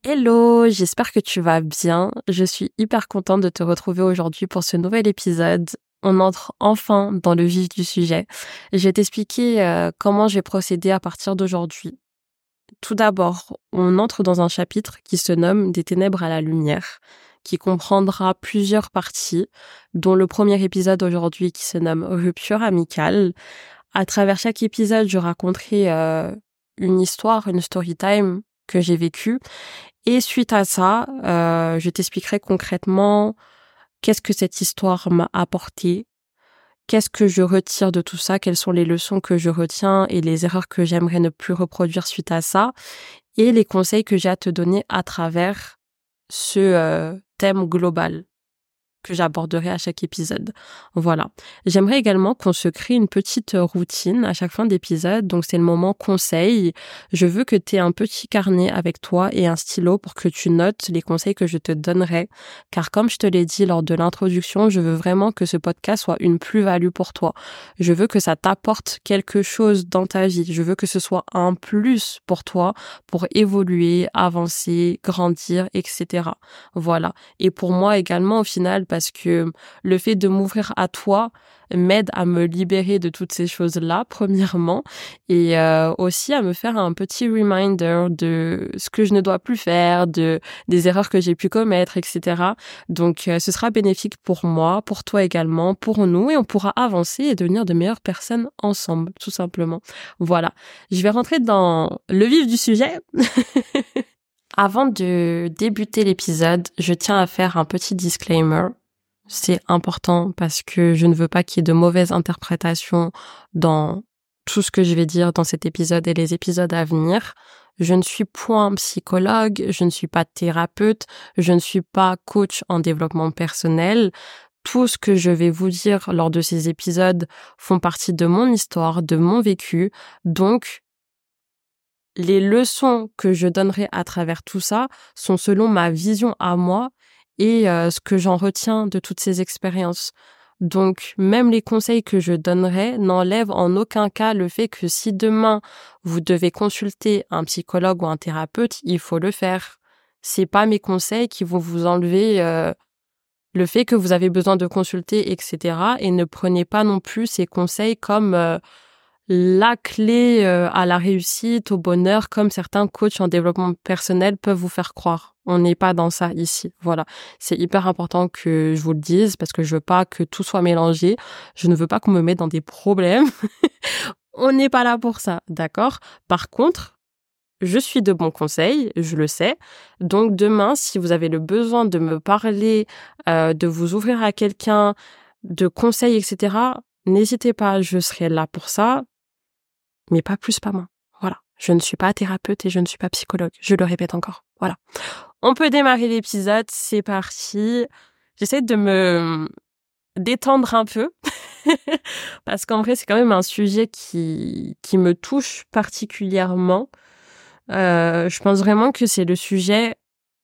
Hello, j'espère que tu vas bien. Je suis hyper contente de te retrouver aujourd'hui pour ce nouvel épisode. On entre enfin dans le vif du sujet. Je vais t'expliquer comment je vais procéder à partir d'aujourd'hui. Tout d'abord, on entre dans un chapitre qui se nomme Des ténèbres à la lumière, qui comprendra plusieurs parties, dont le premier épisode aujourd'hui qui se nomme Rupture amicale. À travers chaque épisode, je raconterai une histoire, une story time que j'ai vécue. Et suite à ça, je t'expliquerai concrètement qu'est-ce que cette histoire m'a apporté, qu'est-ce que je retire de tout ça, quelles sont les leçons que je retiens et les erreurs que j'aimerais ne plus reproduire suite à ça, et les conseils que j'ai à te donner à travers ce thème global que j'aborderai à chaque épisode. Voilà. J'aimerais également qu'on se crée une petite routine à chaque fin d'épisode. Donc, c'est le moment conseil. Je veux que tu aies un petit carnet avec toi et un stylo pour que tu notes les conseils que je te donnerai. Car comme je te l'ai dit lors de l'introduction, je veux vraiment que ce podcast soit une plus-value pour toi. Je veux que ça t'apporte quelque chose dans ta vie. Je veux que ce soit un plus pour toi pour évoluer, avancer, grandir, etc. Voilà. Et pour moi également, au final, parce que le fait de m'ouvrir à toi m'aide à me libérer de toutes ces choses-là, premièrement, et aussi à me faire un petit reminder de ce que je ne dois plus faire, des erreurs que j'ai pu commettre, etc. Donc, ce sera bénéfique pour moi, pour toi également, pour nous, et on pourra avancer et devenir de meilleures personnes ensemble, tout simplement. Voilà. Je vais rentrer dans le vif du sujet. Avant de débuter l'épisode, je tiens à faire un petit disclaimer. C'est important parce que je ne veux pas qu'il y ait de mauvaises interprétations dans tout ce que je vais dire dans cet épisode et les épisodes à venir. Je ne suis point psychologue, je ne suis pas thérapeute, je ne suis pas coach en développement personnel. Tout ce que je vais vous dire lors de ces épisodes font partie de mon histoire, de mon vécu. Donc, les leçons que je donnerai à travers tout ça sont selon ma vision à moi et ce que j'en retiens de toutes ces expériences. Donc, même les conseils que je donnerai n'enlèvent en aucun cas le fait que si demain vous devez consulter un psychologue ou un thérapeute, il faut le faire. C'est pas mes conseils qui vont vous enlever le fait que vous avez besoin de consulter, etc. Et ne prenez pas non plus ces conseils comme la clé à la réussite, au bonheur, comme certains coachs en développement personnel peuvent vous faire croire. On n'est pas dans ça ici. Voilà. C'est hyper important que je vous le dise parce que je veux pas que tout soit mélangé. Je ne veux pas qu'on me mette dans des problèmes. On n'est pas là pour ça, d'accord? Par contre, je suis de bons conseils, je le sais. Donc demain, si vous avez le besoin de me parler, de vous ouvrir à quelqu'un, de conseils, etc., n'hésitez pas, je serai là pour ça. Mais pas plus, pas moins. Voilà. Je ne suis pas thérapeute et je ne suis pas psychologue. Je le répète encore. Voilà. On peut démarrer l'épisode. C'est parti. J'essaie de me détendre un peu. Parce qu'en vrai, c'est quand même un sujet qui me touche particulièrement. Je pense vraiment que c'est le sujet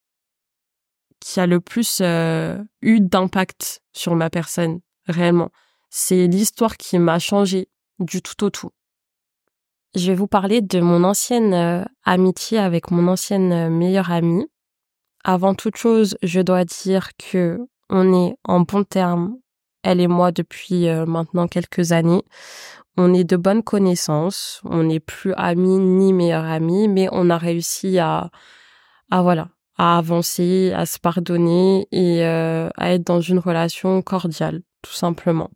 qui a le plus eu d'impact sur ma personne. Réellement. C'est l'histoire qui m'a changé du tout au tout. Je vais vous parler de mon ancienne amitié avec mon ancienne meilleure amie. Avant toute chose, je dois dire que on est en bons termes, elle et moi, depuis maintenant quelques années. On est de bonnes connaissances, on n'est plus amis ni meilleures amies, mais on a réussi voilà, à avancer, à se pardonner et à être dans une relation cordiale, tout simplement.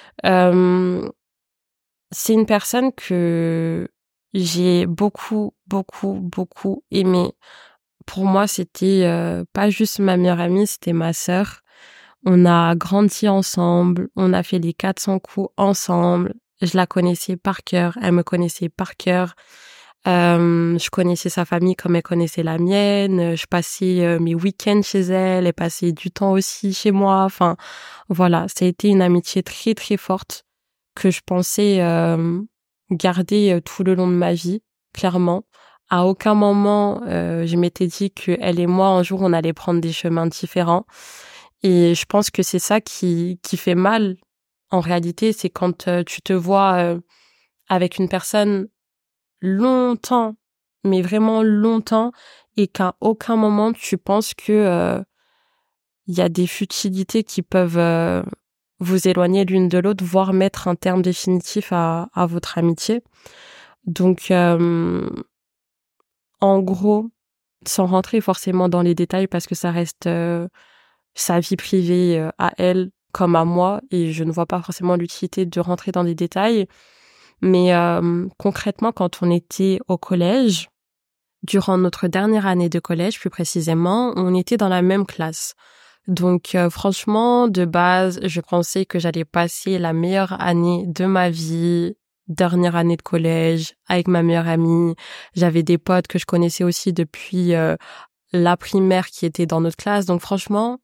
C'est une personne que j'ai beaucoup, beaucoup, beaucoup aimée. Pour moi, c'était pas juste ma meilleure amie, c'était ma sœur. On a grandi ensemble, on a fait les 400 coups ensemble. Je la connaissais par cœur, elle me connaissait par cœur. Je connaissais sa famille comme elle connaissait la mienne. Je passais mes week-ends chez elle, elle passait du temps aussi chez moi. Enfin, voilà, ça a été une amitié très, très forte que je pensais garder tout le long de ma vie, clairement. À aucun moment, je m'étais dit que elle et moi, un jour, on allait prendre des chemins différents. Et je pense que c'est ça qui fait mal, en réalité, c'est quand tu te vois avec une personne longtemps mais vraiment longtemps, et qu'à aucun moment tu penses que il y a des futilités qui peuvent vous éloigner l'une de l'autre, voire mettre un terme définitif à votre amitié. Donc, en gros, sans rentrer forcément dans les détails parce que ça reste sa vie privée à elle comme à moi, et je ne vois pas forcément l'utilité de rentrer dans des détails. Mais concrètement, quand on était au collège, durant notre dernière année de collège plus précisément, on était dans la même classe. Donc franchement, de base, je pensais que j'allais passer la meilleure année de ma vie, dernière année de collège, avec ma meilleure amie. J'avais des potes que je connaissais aussi depuis la primaire qui étaient dans notre classe. Donc franchement,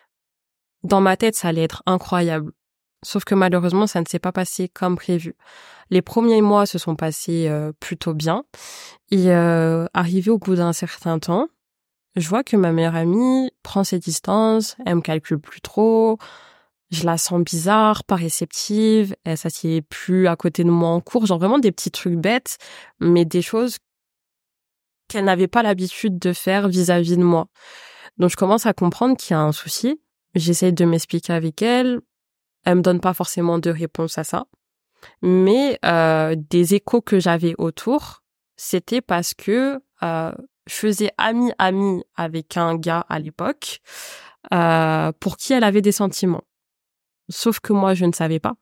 dans ma tête, ça allait être incroyable. Sauf que malheureusement, ça ne s'est pas passé comme prévu. Les premiers mois se sont passés plutôt bien. Et arrivé au bout d'un certain temps, je vois que ma meilleure amie prend ses distances, elle me calcule plus trop, je la sens bizarre, pas réceptive, elle s'assied plus à côté de moi en cours, genre vraiment des petits trucs bêtes, mais des choses qu'elle n'avait pas l'habitude de faire vis-à-vis de moi. Donc je commence à comprendre qu'il y a un souci, j'essaye de m'expliquer avec elle, elle me donne pas forcément de réponse à ça, mais des échos que j'avais autour, c'était parce que je faisais ami avec un gars à l'époque pour qui elle avait des sentiments. Sauf que moi, je ne savais pas.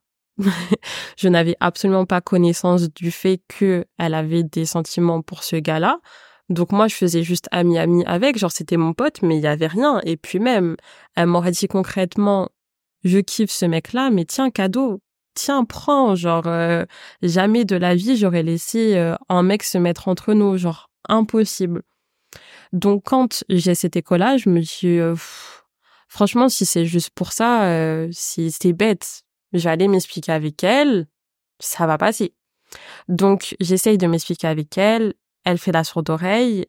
Je n'avais absolument pas connaissance du fait que elle avait des sentiments pour ce gars-là. Donc moi, je faisais juste ami avec, genre c'était mon pote, mais il y avait rien. Et puis même, elle m'aurait dit concrètement, je kiffe ce mec-là, mais tiens, cadeau. Tiens, prends, genre, jamais de la vie, j'aurais laissé un mec se mettre entre nous, genre, impossible. Donc, quand j'ai cet écho-là, je me dis, franchement, si c'est juste pour ça, si c'est bête, je vais aller m'expliquer avec elle, ça va passer. Donc, j'essaye de m'expliquer avec elle, elle fait la sourde oreille,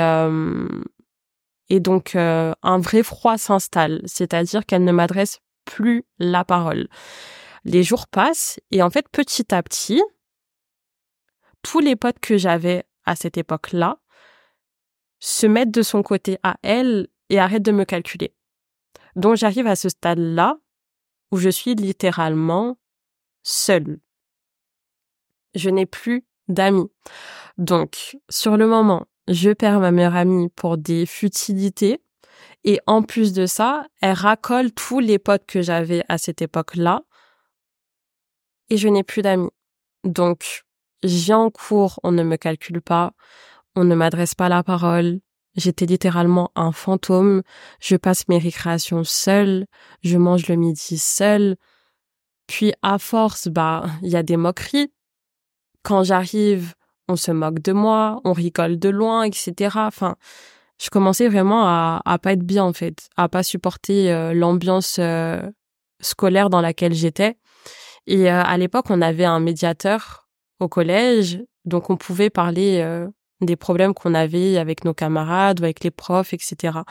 et donc, un vrai froid s'installe, c'est-à-dire qu'elle ne m'adresse plus la parole. Les jours passent et en fait, petit à petit, tous les potes que j'avais à cette époque-là se mettent de son côté à elle et arrêtent de me calculer. Donc, j'arrive à ce stade-là où je suis littéralement seule. Je n'ai plus d'amis. Donc, sur le moment, je perds ma meilleure amie pour des futilités. Et en plus de ça, elle racole tous les potes que j'avais à cette époque-là. Et je n'ai plus d'amis. Donc, je viens en cours, on ne me calcule pas, on ne m'adresse pas la parole. J'étais littéralement un fantôme. Je passe mes récréations seule, je mange le midi seule. Puis à force, il y a des moqueries. Quand j'arrive, on se moque de moi, on rigole de loin, etc. Enfin, je commençais vraiment à pas être bien en fait, à pas supporter l'ambiance scolaire dans laquelle j'étais. Et à l'époque, on avait un médiateur au collège, donc on pouvait parler des problèmes qu'on avait avec nos camarades ou avec les profs, etc.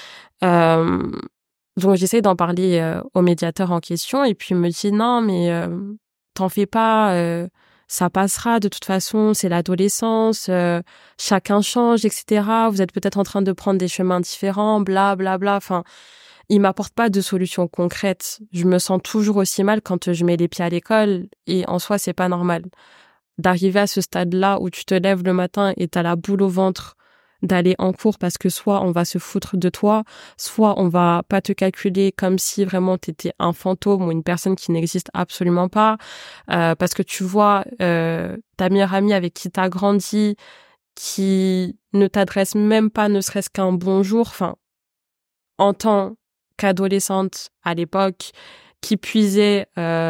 Donc j'essaie d'en parler au médiateur en question, et puis il me dit non, mais t'en fais pas, ça passera de toute façon, c'est l'adolescence, chacun change, etc. Vous êtes peut-être en train de prendre des chemins différents, bla bla bla. Enfin, il m'apporte pas de solution concrète. Je me sens toujours aussi mal quand je mets les pieds à l'école, et en soi, c'est pas normal. D'arriver à ce stade-là où tu te lèves le matin et t'as la boule au ventre d'aller en cours parce que soit on va se foutre de toi, soit on va pas te calculer comme si vraiment t'étais un fantôme ou une personne qui n'existe absolument pas, parce que tu vois ta meilleure amie avec qui t'as grandi, qui ne t'adresse même pas ne serait-ce qu'un bonjour, enfin, en tant qu'adolescente à l'époque, qui puisait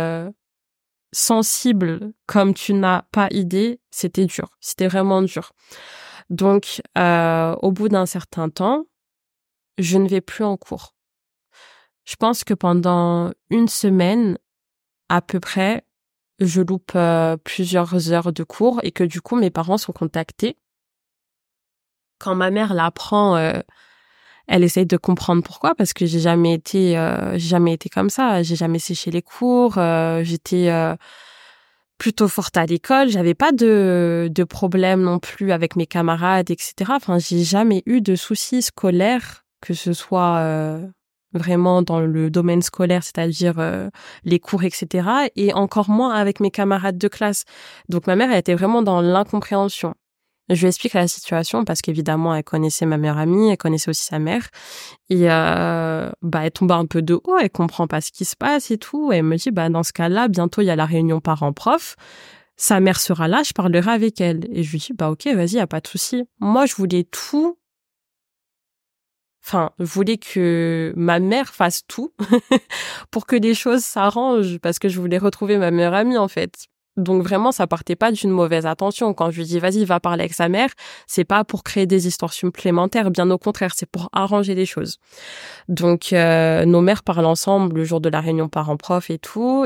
sensible comme tu n'as pas idée, c'était dur, c'était vraiment dur. Donc, au bout d'un certain temps, je ne vais plus en cours. Je pense que pendant une semaine, à peu près, je loupe plusieurs heures de cours, et que du coup, mes parents sont contactés. Quand ma mère l'apprend, elle essaye de comprendre pourquoi, parce que j'ai jamais été comme ça. J'ai jamais séché les cours. J'étais plutôt forte à l'école. J'avais pas de problème non plus avec mes camarades, etc. Enfin, j'ai jamais eu de soucis scolaires, que ce soit vraiment dans le domaine scolaire, c'est-à-dire les cours, etc. Et encore moins avec mes camarades de classe. Donc ma mère, elle était vraiment dans l'incompréhension. Je lui explique la situation parce qu'évidemment, elle connaissait ma meilleure amie, elle connaissait aussi sa mère. Et elle tombe un peu de haut, elle comprend pas ce qui se passe et tout. Et elle me dit, dans ce cas-là, bientôt, il y a la réunion parents-prof. Sa mère sera là, je parlerai avec elle. Et je lui dis, ok, vas-y, y a pas de souci. Moi, je voulais tout. Enfin, je voulais que ma mère fasse tout pour que les choses s'arrangent parce que je voulais retrouver ma meilleure amie, en fait. Donc vraiment, ça partait pas d'une mauvaise intention. Quand je lui dis, vas-y, va parler avec sa mère, c'est pas pour créer des histoires supplémentaires. Bien au contraire, c'est pour arranger les choses. Donc, nos mères parlent ensemble le jour de la réunion parents-prof et tout.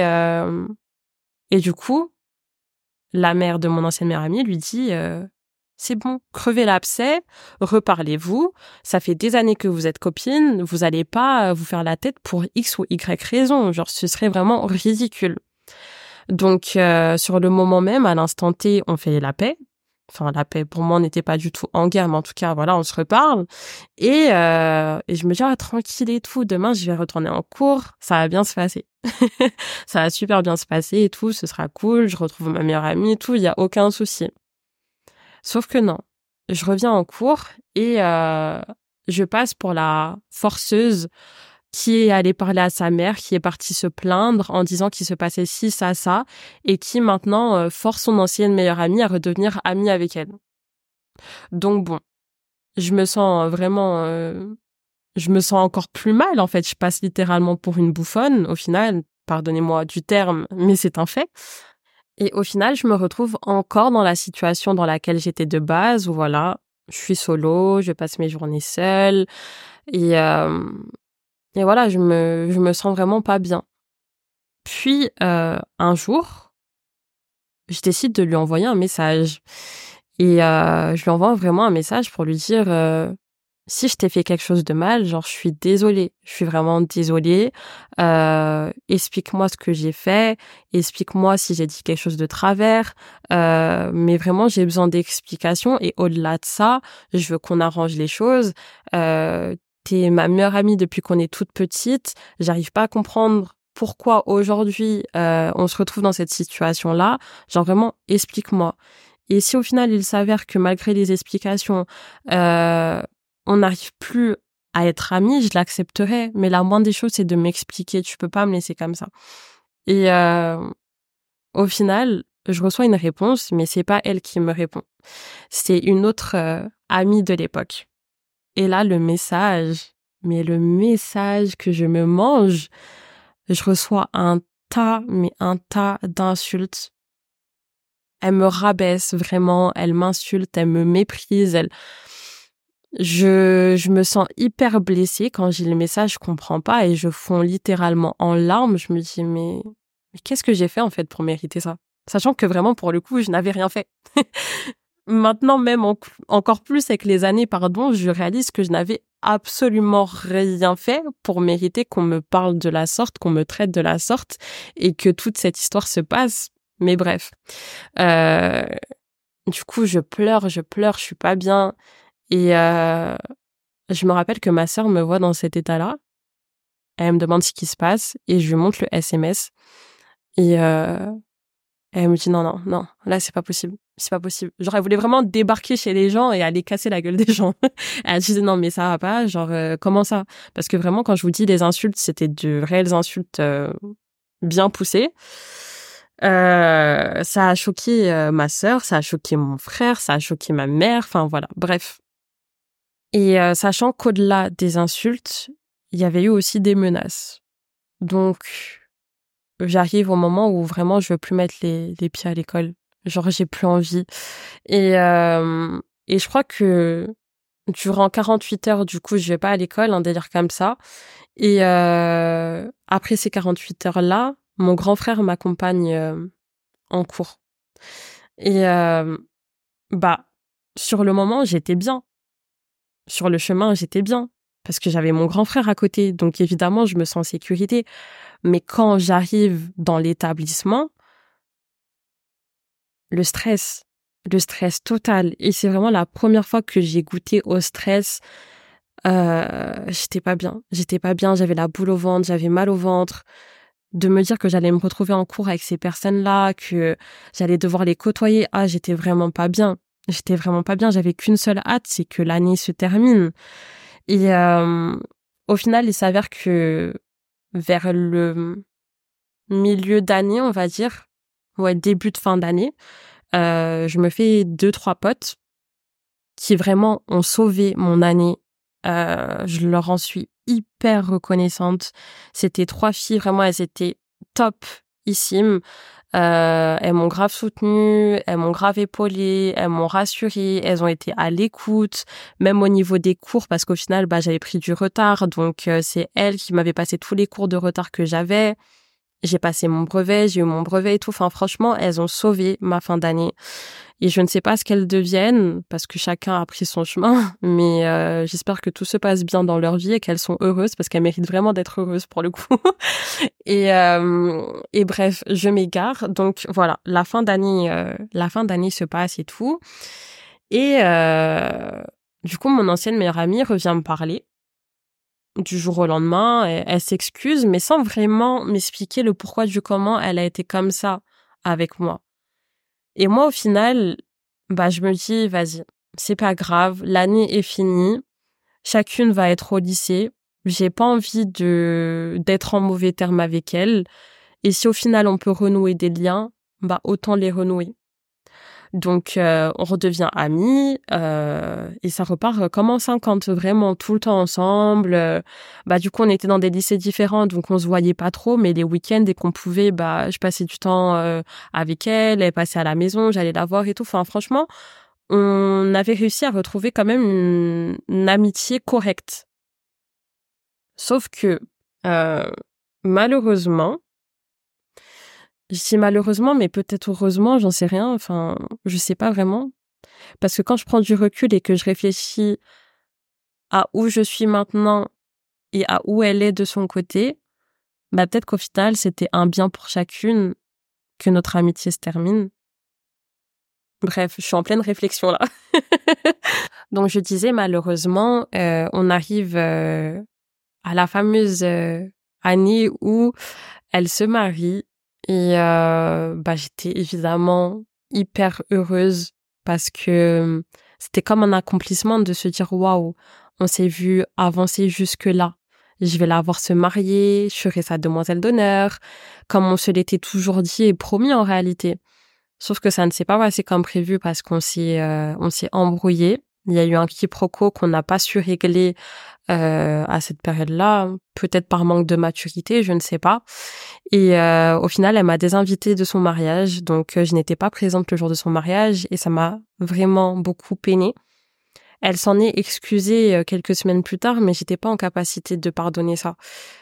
Et du coup, la mère de mon ancienne meilleure amie lui dit, c'est bon, crevez l'abcès, reparlez-vous. Ça fait des années que vous êtes copines, vous allez pas vous faire la tête pour X ou Y raison. Genre, ce serait vraiment ridicule. Donc, sur le moment même, à l'instant T, on fait la paix. Enfin, la paix, pour moi, on n'était pas du tout en guerre, mais en tout cas, voilà, on se reparle. Et je me dis, tranquille et tout, demain, je vais retourner en cours, ça va bien se passer. Ça va super bien se passer et tout, ce sera cool, je retrouve ma meilleure amie et tout, il y a aucun souci. Sauf que non. Je reviens en cours et je passe pour la forceuse qui est allée parler à sa mère, qui est partie se plaindre en disant qu'il se passait ci, ça, et qui maintenant force son ancienne meilleure amie à redevenir amie avec elle. Donc bon, je me sens vraiment... je me sens encore plus mal, en fait. Je passe littéralement pour une bouffonne, au final. Pardonnez-moi du terme, mais c'est un fait. Et au final, je me retrouve encore dans la situation dans laquelle j'étais de base, où voilà, je suis solo, je passe mes journées seule, et voilà, je me sens vraiment pas bien. Puis, un jour, je décide de lui envoyer un message. Et je lui envoie vraiment un message pour lui dire si je t'ai fait quelque chose de mal, genre je suis désolée, je suis vraiment désolée. Explique-moi ce que j'ai fait, explique-moi si j'ai dit quelque chose de travers. Mais vraiment, j'ai besoin d'explications. Et au-delà de ça, je veux qu'on arrange les choses. T'es ma meilleure amie depuis qu'on est toute petite. J'arrive pas à comprendre pourquoi aujourd'hui on se retrouve dans cette situation-là. Genre vraiment, explique-moi. Et si au final il s'avère que malgré les explications, on n'arrive plus à être amis, je l'accepterai. Mais la moindre des choses, c'est de m'expliquer. Tu peux pas me laisser comme ça. Et au final, je reçois une réponse, mais c'est pas elle qui me répond. C'est une autre amie de l'époque. Et là, le message que je me mange, je reçois un tas d'insultes. Elle me rabaisse vraiment, elle m'insulte, elle me méprise, je me sens hyper blessée quand j'ai le message, je comprends pas et je fonds littéralement en larmes. Je me dis mais qu'est-ce que j'ai fait en fait pour mériter ça? Sachant que vraiment pour le coup, je n'avais rien fait. Maintenant même encore plus avec les années, je réalise que je n'avais absolument rien fait pour mériter qu'on me parle de la sorte, qu'on me traite de la sorte et que toute cette histoire se passe. Mais bref. Du coup, je pleure, je suis pas bien. Et je me rappelle que ma sœur me voit dans cet état-là. Elle me demande ce qui se passe et je lui montre le SMS. Et elle me dit non, là c'est pas possible. C'est pas possible. Genre elle voulait vraiment débarquer chez les gens et aller casser la gueule des gens. Elle disait non mais ça va pas, genre comment ça? Parce que vraiment quand je vous dis les insultes, c'était de réelles insultes bien poussées. Ça a choqué ma sœur, ça a choqué mon frère, ça a choqué ma mère, enfin voilà, bref. Et sachant qu'au-delà des insultes, il y avait eu aussi des menaces. Donc, j'arrive au moment où vraiment je veux plus mettre les pieds à l'école. Genre, j'ai plus envie. Et je crois que durant 48 heures, du coup, je vais pas à l'école, un délire comme ça. Et après ces 48 heures-là, mon grand frère m'accompagne en cours. Et sur le moment, j'étais bien. Sur le chemin, j'étais bien parce que j'avais mon grand frère à côté. Donc évidemment, je me sens en sécurité. Mais quand j'arrive dans l'établissement, le stress. Le stress total. Et c'est vraiment la première fois que j'ai goûté au stress. J'étais pas bien. J'étais pas bien, j'avais la boule au ventre, j'avais mal au ventre. De me dire que j'allais me retrouver en cours avec ces personnes-là, que j'allais devoir les côtoyer. Ah, j'étais vraiment pas bien. J'étais vraiment pas bien. J'avais qu'une seule hâte, c'est que l'année se termine. Et au final, il s'avère que vers le milieu d'année, on va dire, ouais, début de fin d'année, je me fais 2-3 potes qui vraiment ont sauvé mon année. Je leur en suis hyper reconnaissante. C'était 3 filles, vraiment, elles étaient topissimes. Elles m'ont grave soutenue, elles m'ont grave épaulée, elles m'ont rassurée, elles ont été à l'écoute, même au niveau des cours, parce qu'au final, j'avais pris du retard, donc c'est elles qui m'avaient passé tous les cours de retard que j'avais. J'ai passé mon brevet, j'ai eu mon brevet et tout. Enfin, franchement, elles ont sauvé ma fin d'année. Et je ne sais pas ce qu'elles deviennent, parce que chacun a pris son chemin, mais j'espère que tout se passe bien dans leur vie et qu'elles sont heureuses, parce qu'elles méritent vraiment d'être heureuses pour le coup. Et bref, je m'égare. Donc voilà, la fin d'année se passe et tout. Et du coup, mon ancienne meilleure amie revient me parler du jour au lendemain. Elle s'excuse, mais sans vraiment m'expliquer le pourquoi du comment elle a été comme ça avec moi. Et moi, au final, je me dis, vas-y, c'est pas grave, l'année est finie, chacune va être au lycée, j'ai pas envie d'être en mauvais termes avec elle, et si au final on peut renouer des liens, autant les renouer. Donc, on redevient amis, et ça repart comme en 50, vraiment tout le temps ensemble. Du coup, on était dans des lycées différents, donc on se voyait pas trop, mais les week-ends, dès qu'on pouvait, je passais du temps avec elle, elle passait à la maison, j'allais la voir et tout. Enfin, franchement, on avait réussi à retrouver quand même une amitié correcte. Sauf que, malheureusement, je dis malheureusement, mais peut-être heureusement, j'en sais rien, enfin, je sais pas vraiment. Parce que quand je prends du recul et que je réfléchis à où je suis maintenant et à où elle est de son côté, peut-être qu'au final, c'était un bien pour chacune que notre amitié se termine. Bref, je suis en pleine réflexion là. Donc je disais malheureusement, on arrive à la fameuse année où elle se marie et j'étais évidemment hyper heureuse parce que c'était comme un accomplissement de se dire waouh, on s'est vu avancer jusque-là. Je vais la voir se marier, je serai sa demoiselle d'honneur, comme on se l'était toujours dit et promis en réalité. Sauf que ça ne s'est pas passé comme prévu parce qu'on s'est embrouillé. Il y a eu un quiproquo qu'on n'a pas su régler à cette période-là, peut-être par manque de maturité, je ne sais pas. Et au final, elle m'a désinvitée de son mariage, donc je n'étais pas présente le jour de son mariage et ça m'a vraiment beaucoup peinée. Elle s'en est excusée quelques semaines plus tard, mais j'étais pas en capacité de pardonner ça.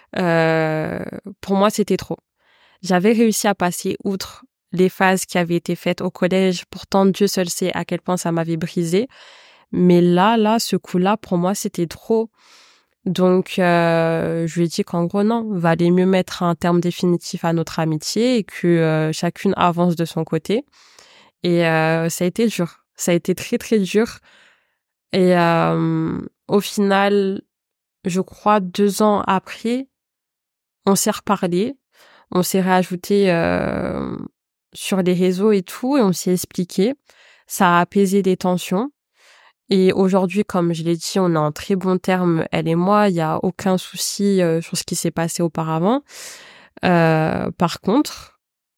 Pour moi, c'était trop. J'avais réussi à passer outre les phases qui avaient été faites au collège. Pourtant, Dieu seul sait à quel point ça m'avait brisée. Mais là, ce coup-là, pour moi, c'était trop. Donc, je lui ai dit qu'en gros, non, valait mieux mettre un terme définitif à notre amitié et que chacune avance de son côté. Et ça a été dur. Ça a été très, très dur. Et au final, je crois 2 ans après, on s'est reparlé. On s'est réajouté sur les réseaux et tout, et on s'est expliqué. Ça a apaisé les tensions. Et aujourd'hui, comme je l'ai dit, on est en très bons termes, elle et moi. Il y a aucun souci sur ce qui s'est passé auparavant. Par contre,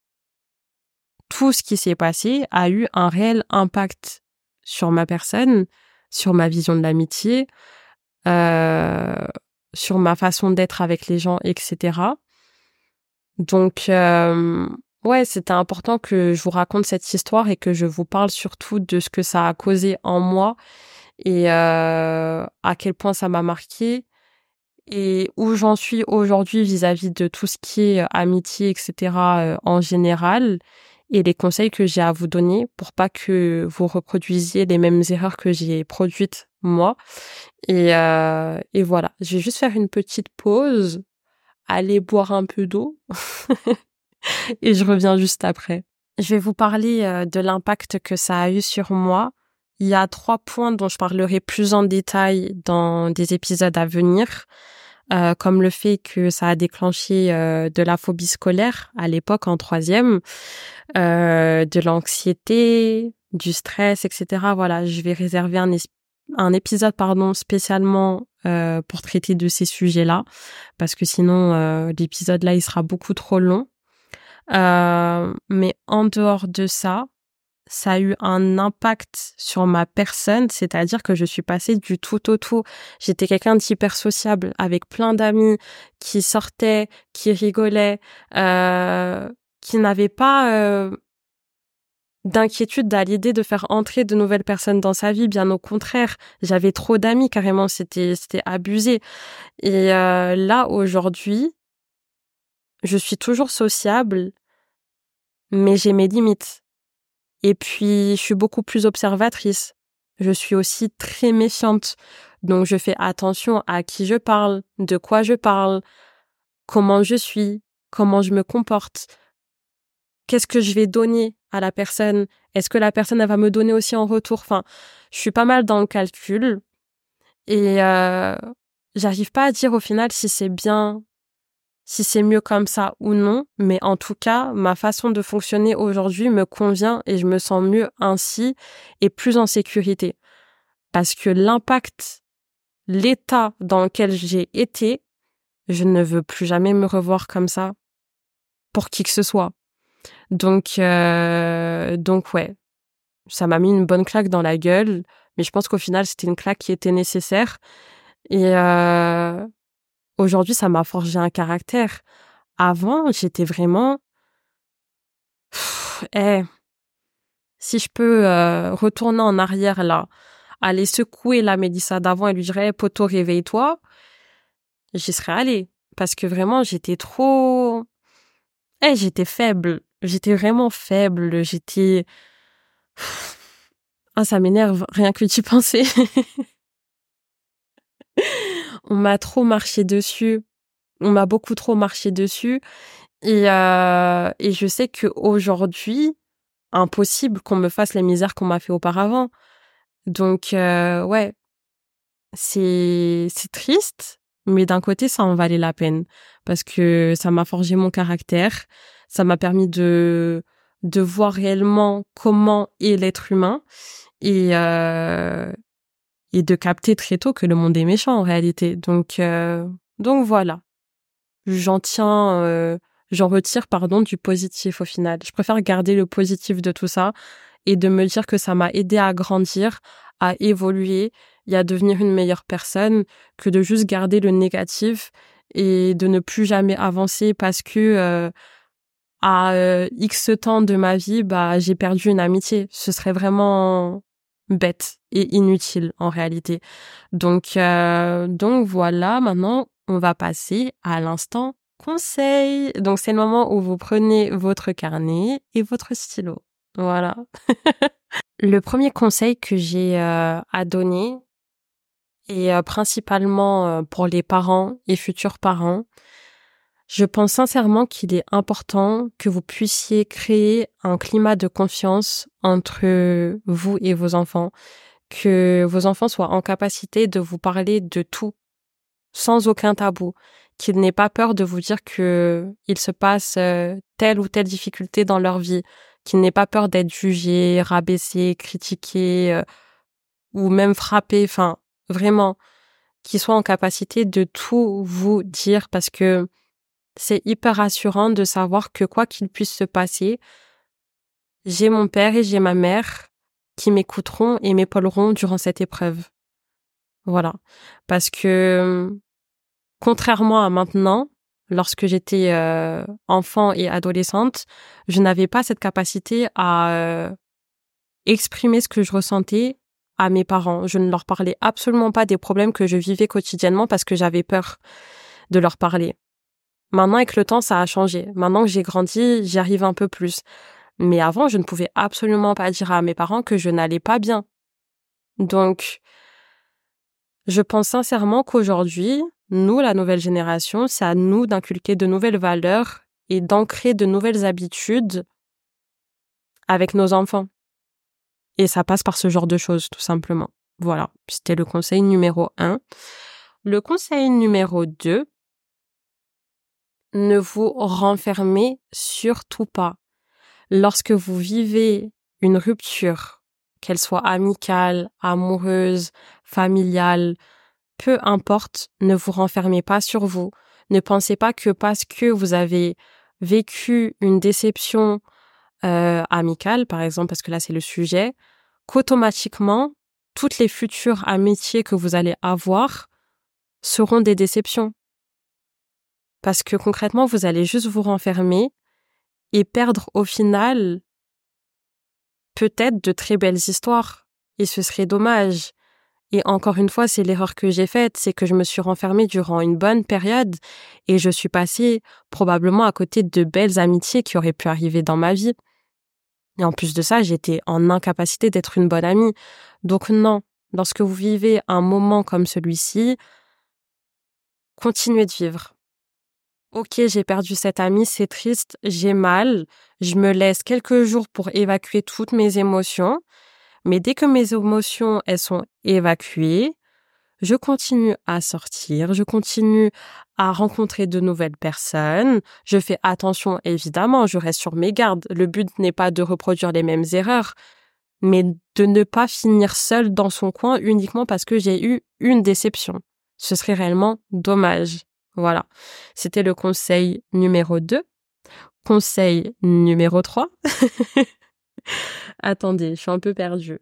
tout ce qui s'est passé a eu un réel impact sur ma personne, sur ma vision de l'amitié, sur ma façon d'être avec les gens, etc. Donc, ouais, c'était important que je vous raconte cette histoire et que je vous parle surtout de ce que ça a causé en moi et à quel point ça m'a marqué et où j'en suis aujourd'hui vis-à-vis de tout ce qui est amitié, etc. En général et les conseils que j'ai à vous donner pour pas que vous reproduisiez les mêmes erreurs que j'ai produites moi. Et voilà, je vais juste faire une petite pause, aller boire un peu d'eau et je reviens juste après. Je vais vous parler de l'impact que ça a eu sur moi. Il y a 3 points dont je parlerai plus en détail dans des épisodes à venir, comme le fait que ça a déclenché de la phobie scolaire à l'époque en 3e, de l'anxiété, du stress, etc. Voilà, je vais réserver un épisode spécialement pour traiter de ces sujets-là, parce que sinon l'épisode là il sera beaucoup trop long. Mais en dehors de ça, ça a eu un impact sur ma personne, c'est-à-dire que je suis passée du tout au tout. J'étais quelqu'un d'hyper sociable, avec plein d'amis qui sortaient, qui rigolaient, qui n'avaient pas d'inquiétude à l'idée de faire entrer de nouvelles personnes dans sa vie. Bien au contraire, j'avais trop d'amis, carrément, c'était abusé. Et là, aujourd'hui, je suis toujours sociable, mais j'ai mes limites. Et puis, je suis beaucoup plus observatrice. Je suis aussi très méfiante. Donc, je fais attention à qui je parle, de quoi je parle, comment je suis, comment je me comporte, qu'est-ce que je vais donner à la personne. Est-ce que la personne, elle va me donner aussi en retour? Enfin, je suis pas mal dans le calcul. Et j'arrive pas à dire au final si c'est bien, si c'est mieux comme ça ou non, mais en tout cas, ma façon de fonctionner aujourd'hui me convient et je me sens mieux ainsi et plus en sécurité. Parce que l'impact, l'état dans lequel j'ai été, je ne veux plus jamais me revoir comme ça pour qui que ce soit. Donc ouais, ça m'a mis une bonne claque dans la gueule, mais je pense qu'au final, c'était une claque qui était nécessaire. Et aujourd'hui, ça m'a forgé un caractère. Avant, j'étais vraiment... si je peux retourner en arrière là, aller secouer la Mélissa d'avant et lui dire hey, poto, réveille-toi, j'y serais allée. Parce que vraiment, j'étais trop... j'étais faible. J'étais vraiment faible. J'étais... ça m'énerve rien que d'y penser. On m'a trop marché dessus. On m'a beaucoup trop marché dessus. Et je sais qu'aujourd'hui, impossible qu'on me fasse les misères qu'on m'a fait auparavant. Donc, ouais, c'est triste, mais d'un côté, ça en valait la peine. Parce que ça m'a forgé mon caractère. Ça m'a permis de voir réellement comment est l'être humain. Et de capter très tôt que le monde est méchant en réalité. Donc voilà. J'en retire du positif au final. Je préfère garder le positif de tout ça et de me dire que ça m'a aidé à grandir, à évoluer et à devenir une meilleure personne que de juste garder le négatif et de ne plus jamais avancer parce que à X temps de ma vie, j'ai perdu une amitié. Ce serait vraiment bête et inutile en réalité. Donc voilà, maintenant, on va passer à l'instant conseil. Donc c'est le moment où vous prenez votre carnet et votre stylo. Voilà. Le premier conseil que j'ai à donner, et principalement pour les parents et futurs parents, je pense sincèrement qu'il est important que vous puissiez créer un climat de confiance entre vous et vos enfants, que vos enfants soient en capacité de vous parler de tout, sans aucun tabou, qu'ils n'aient pas peur de vous dire que il se passe telle ou telle difficulté dans leur vie, qu'ils n'aient pas peur d'être jugés, rabaissés, critiqués ou même frappés, enfin vraiment, qu'ils soient en capacité de tout vous dire parce que c'est hyper rassurant de savoir que quoi qu'il puisse se passer, j'ai mon père et j'ai ma mère qui m'écouteront et m'épauleront durant cette épreuve. Voilà. Parce que, contrairement à maintenant, lorsque j'étais enfant et adolescente, je n'avais pas cette capacité à exprimer ce que je ressentais à mes parents. Je ne leur parlais absolument pas des problèmes que je vivais quotidiennement parce que j'avais peur de leur parler. Maintenant, avec le temps, ça a changé. Maintenant que j'ai grandi, j'y arrive un peu plus. Mais avant, je ne pouvais absolument pas dire à mes parents que je n'allais pas bien. Donc, je pense sincèrement qu'aujourd'hui, nous, la nouvelle génération, c'est à nous d'inculquer de nouvelles valeurs et d'ancrer de nouvelles habitudes avec nos enfants. Et ça passe par ce genre de choses, tout simplement. Voilà, c'était le conseil numéro 1. Le conseil numéro 2, ne vous renfermez surtout pas. Lorsque vous vivez une rupture, qu'elle soit amicale, amoureuse, familiale, peu importe, ne vous renfermez pas sur vous. Ne pensez pas que parce que vous avez vécu une déception amicale, par exemple, parce que là c'est le sujet, qu'automatiquement, toutes les futures amitiés que vous allez avoir seront des déceptions. Parce que concrètement, vous allez juste vous renfermer et perdre au final peut-être de très belles histoires. Et ce serait dommage. Et encore une fois, c'est l'erreur que j'ai faite, c'est que je me suis renfermée durant une bonne période et je suis passée probablement à côté de belles amitiés qui auraient pu arriver dans ma vie. Et en plus de ça, j'étais en incapacité d'être une bonne amie. Donc non, lorsque vous vivez un moment comme celui-ci, continuez de vivre. Ok, j'ai perdu cette amie, c'est triste, j'ai mal, je me laisse quelques jours pour évacuer toutes mes émotions, mais dès que mes émotions, elles sont évacuées, je continue à sortir, je continue à rencontrer de nouvelles personnes, je fais attention évidemment, je reste sur mes gardes. Le but n'est pas de reproduire les mêmes erreurs, mais de ne pas finir seule dans son coin uniquement parce que j'ai eu une déception. Ce serait réellement dommage. Voilà. C'était le conseil numéro 2. Conseil numéro 3. Attendez, je suis un peu perdue.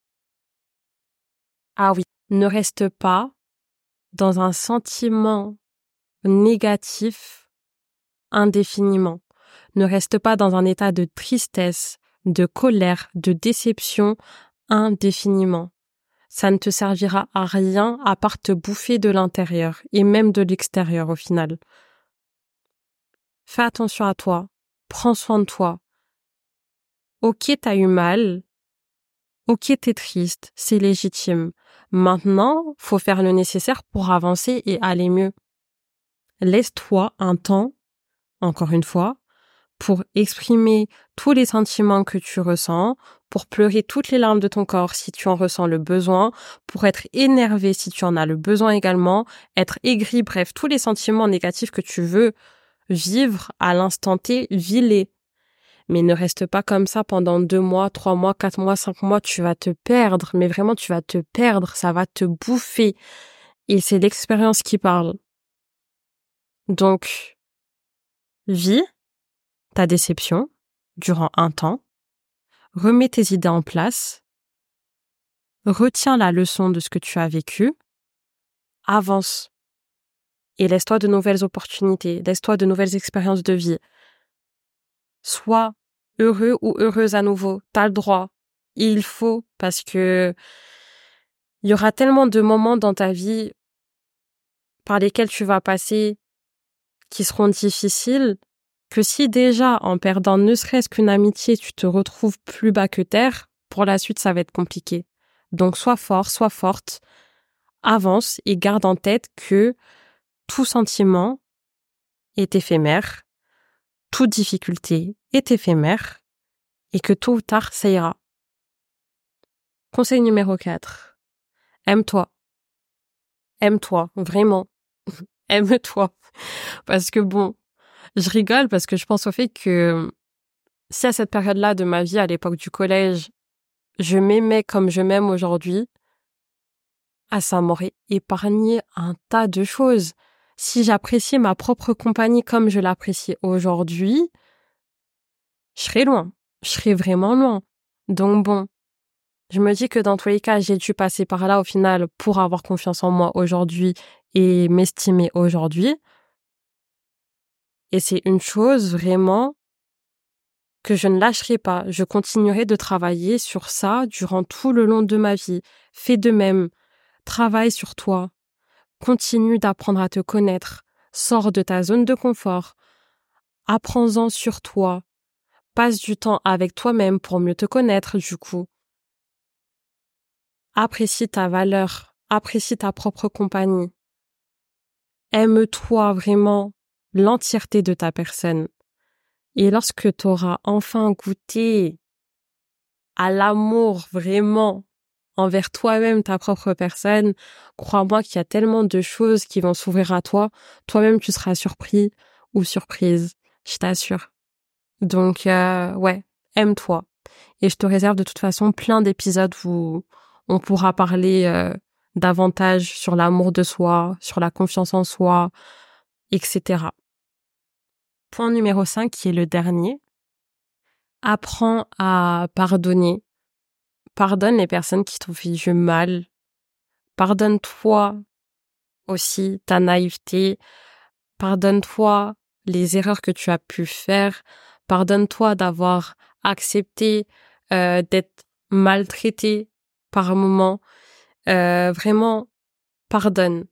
Ah oui, ne reste pas dans un sentiment négatif indéfiniment. Ne reste pas dans un état de tristesse, de colère, de déception indéfiniment. Ça ne te servira à rien à part te bouffer de l'intérieur et même de l'extérieur au final. Fais attention à toi, prends soin de toi. Ok, t'as eu mal, ok, t'es triste, c'est légitime. Maintenant, faut faire le nécessaire pour avancer et aller mieux. Laisse-toi un temps, encore une fois, pour exprimer tous les sentiments que tu ressens, pour pleurer toutes les larmes de ton corps si tu en ressens le besoin, pour être énervé si tu en as le besoin également, être aigri, bref, tous les sentiments négatifs que tu veux vivre à l'instant T, vis-les. Mais ne reste pas comme ça pendant 2 mois, 3 mois, 4 mois, 5 mois, tu vas te perdre, mais vraiment tu vas te perdre, ça va te bouffer. Et c'est l'expérience qui parle. Donc, vis ta déception durant un temps, remets tes idées en place, retiens la leçon de ce que tu as vécu, avance et laisse-toi de nouvelles opportunités, laisse-toi de nouvelles expériences de vie. Sois heureux ou heureuse à nouveau, t'as le droit, il faut, parce que il y aura tellement de moments dans ta vie par lesquels tu vas passer qui seront difficiles que si déjà en perdant ne serait-ce qu'une amitié, tu te retrouves plus bas que terre, pour la suite ça va être compliqué. Donc sois fort, sois forte, avance et garde en tête que tout sentiment est éphémère, toute difficulté est éphémère et que tôt ou tard ça ira. Conseil numéro 4. Aime-toi. Aime-toi, vraiment. Aime-toi. Parce que bon, je rigole parce que je pense au fait que si à cette période-là de ma vie, à l'époque du collège, je m'aimais comme je m'aime aujourd'hui, ça m'aurait épargné un tas de choses. Si j'appréciais ma propre compagnie comme je l'apprécie aujourd'hui, je serais loin. Je serais vraiment loin. Donc bon, je me dis que dans tous les cas, j'ai dû passer par là au final pour avoir confiance en moi aujourd'hui et m'estimer aujourd'hui. Et c'est une chose vraiment que je ne lâcherai pas. Je continuerai de travailler sur ça durant tout le long de ma vie. Fais de même. Travaille sur toi. Continue d'apprendre à te connaître. Sors de ta zone de confort. Apprends-en sur toi. Passe du temps avec toi-même pour mieux te connaître, du coup. Apprécie ta valeur. Apprécie ta propre compagnie. Aime-toi vraiment l'entièreté de ta personne. Et lorsque tu auras enfin goûté à l'amour vraiment envers toi-même, ta propre personne, crois-moi qu'il y a tellement de choses qui vont s'ouvrir à toi. Toi-même, tu seras surpris ou surprise, je t'assure. Donc, ouais, aime-toi. Et je te réserve de toute façon plein d'épisodes où on pourra parler davantage sur l'amour de soi, sur la confiance en soi, etc. Point numéro 5, qui est le dernier. Apprends à pardonner. Pardonne les personnes qui t'ont fait du mal. Pardonne-toi aussi ta naïveté. Pardonne-toi les erreurs que tu as pu faire. Pardonne-toi d'avoir accepté d'être maltraité par moments. Vraiment, pardonne.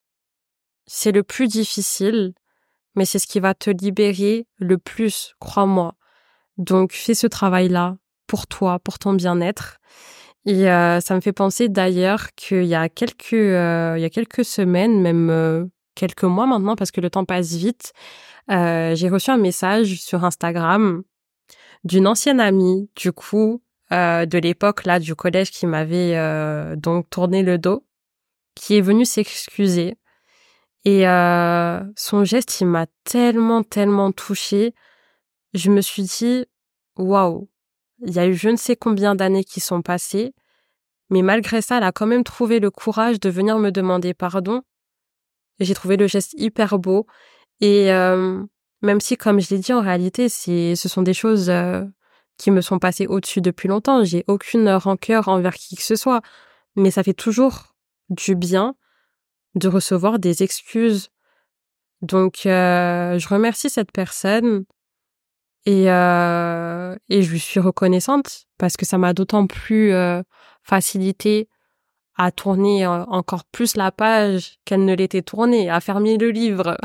C'est le plus difficile, mais c'est ce qui va te libérer le plus, crois-moi. Donc, fais ce travail-là pour toi, pour ton bien-être. Et ça me fait penser d'ailleurs qu'il y a quelques semaines, même quelques mois maintenant, parce que le temps passe vite, j'ai reçu un message sur Instagram d'une ancienne amie, du coup, de l'époque là du collège qui m'avait donc tourné le dos, qui est venue s'excuser. Et son geste, il m'a tellement, tellement touchée. Je me suis dit, waouh, il y a eu je ne sais combien d'années qui sont passées, mais malgré ça, elle a quand même trouvé le courage de venir me demander pardon. J'ai trouvé le geste hyper beau. Et même si, comme je l'ai dit, en réalité, ce sont des choses qui me sont passées au-dessus depuis longtemps. J'ai aucune rancœur envers qui que ce soit. Mais ça fait toujours du bien de recevoir des excuses. Donc, je remercie cette personne et je lui suis reconnaissante parce que ça m'a d'autant plus facilité à tourner encore plus la page qu'elle ne l'était tournée, à fermer le livre,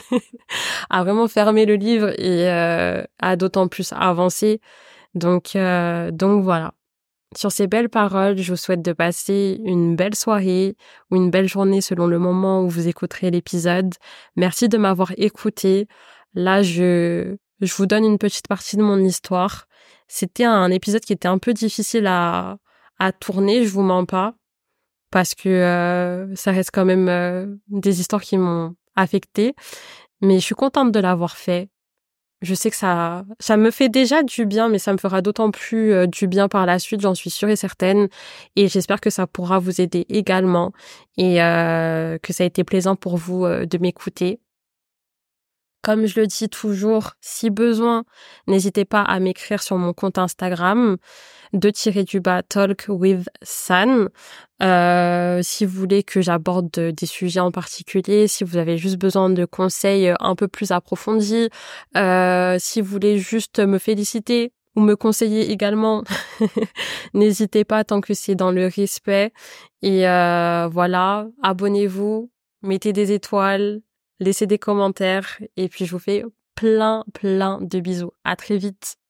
à vraiment fermer le livre et à d'autant plus avancer. Donc voilà. Sur ces belles paroles, je vous souhaite de passer une belle soirée ou une belle journée selon le moment où vous écouterez l'épisode. Merci de m'avoir écouté. Là, je vous donne une petite partie de mon histoire. C'était un épisode qui était un peu difficile à tourner, je vous mens pas, parce que ça reste quand même des histoires qui m'ont affectée. Mais je suis contente de l'avoir fait. Je sais que ça me fait déjà du bien, mais ça me fera d'autant plus du bien par la suite, j'en suis sûre et certaine. Et j'espère que ça pourra vous aider également et que ça a été plaisant pour vous de m'écouter. Comme je le dis toujours, si besoin, n'hésitez pas à m'écrire sur mon compte Instagram _talk with San. Si vous voulez que j'aborde des sujets en particulier, si vous avez juste besoin de conseils un peu plus approfondis, si vous voulez juste me féliciter ou me conseiller également, n'hésitez pas tant que c'est dans le respect. Et voilà, abonnez-vous, mettez des étoiles, laissez des commentaires et puis je vous fais plein de bisous. À très vite.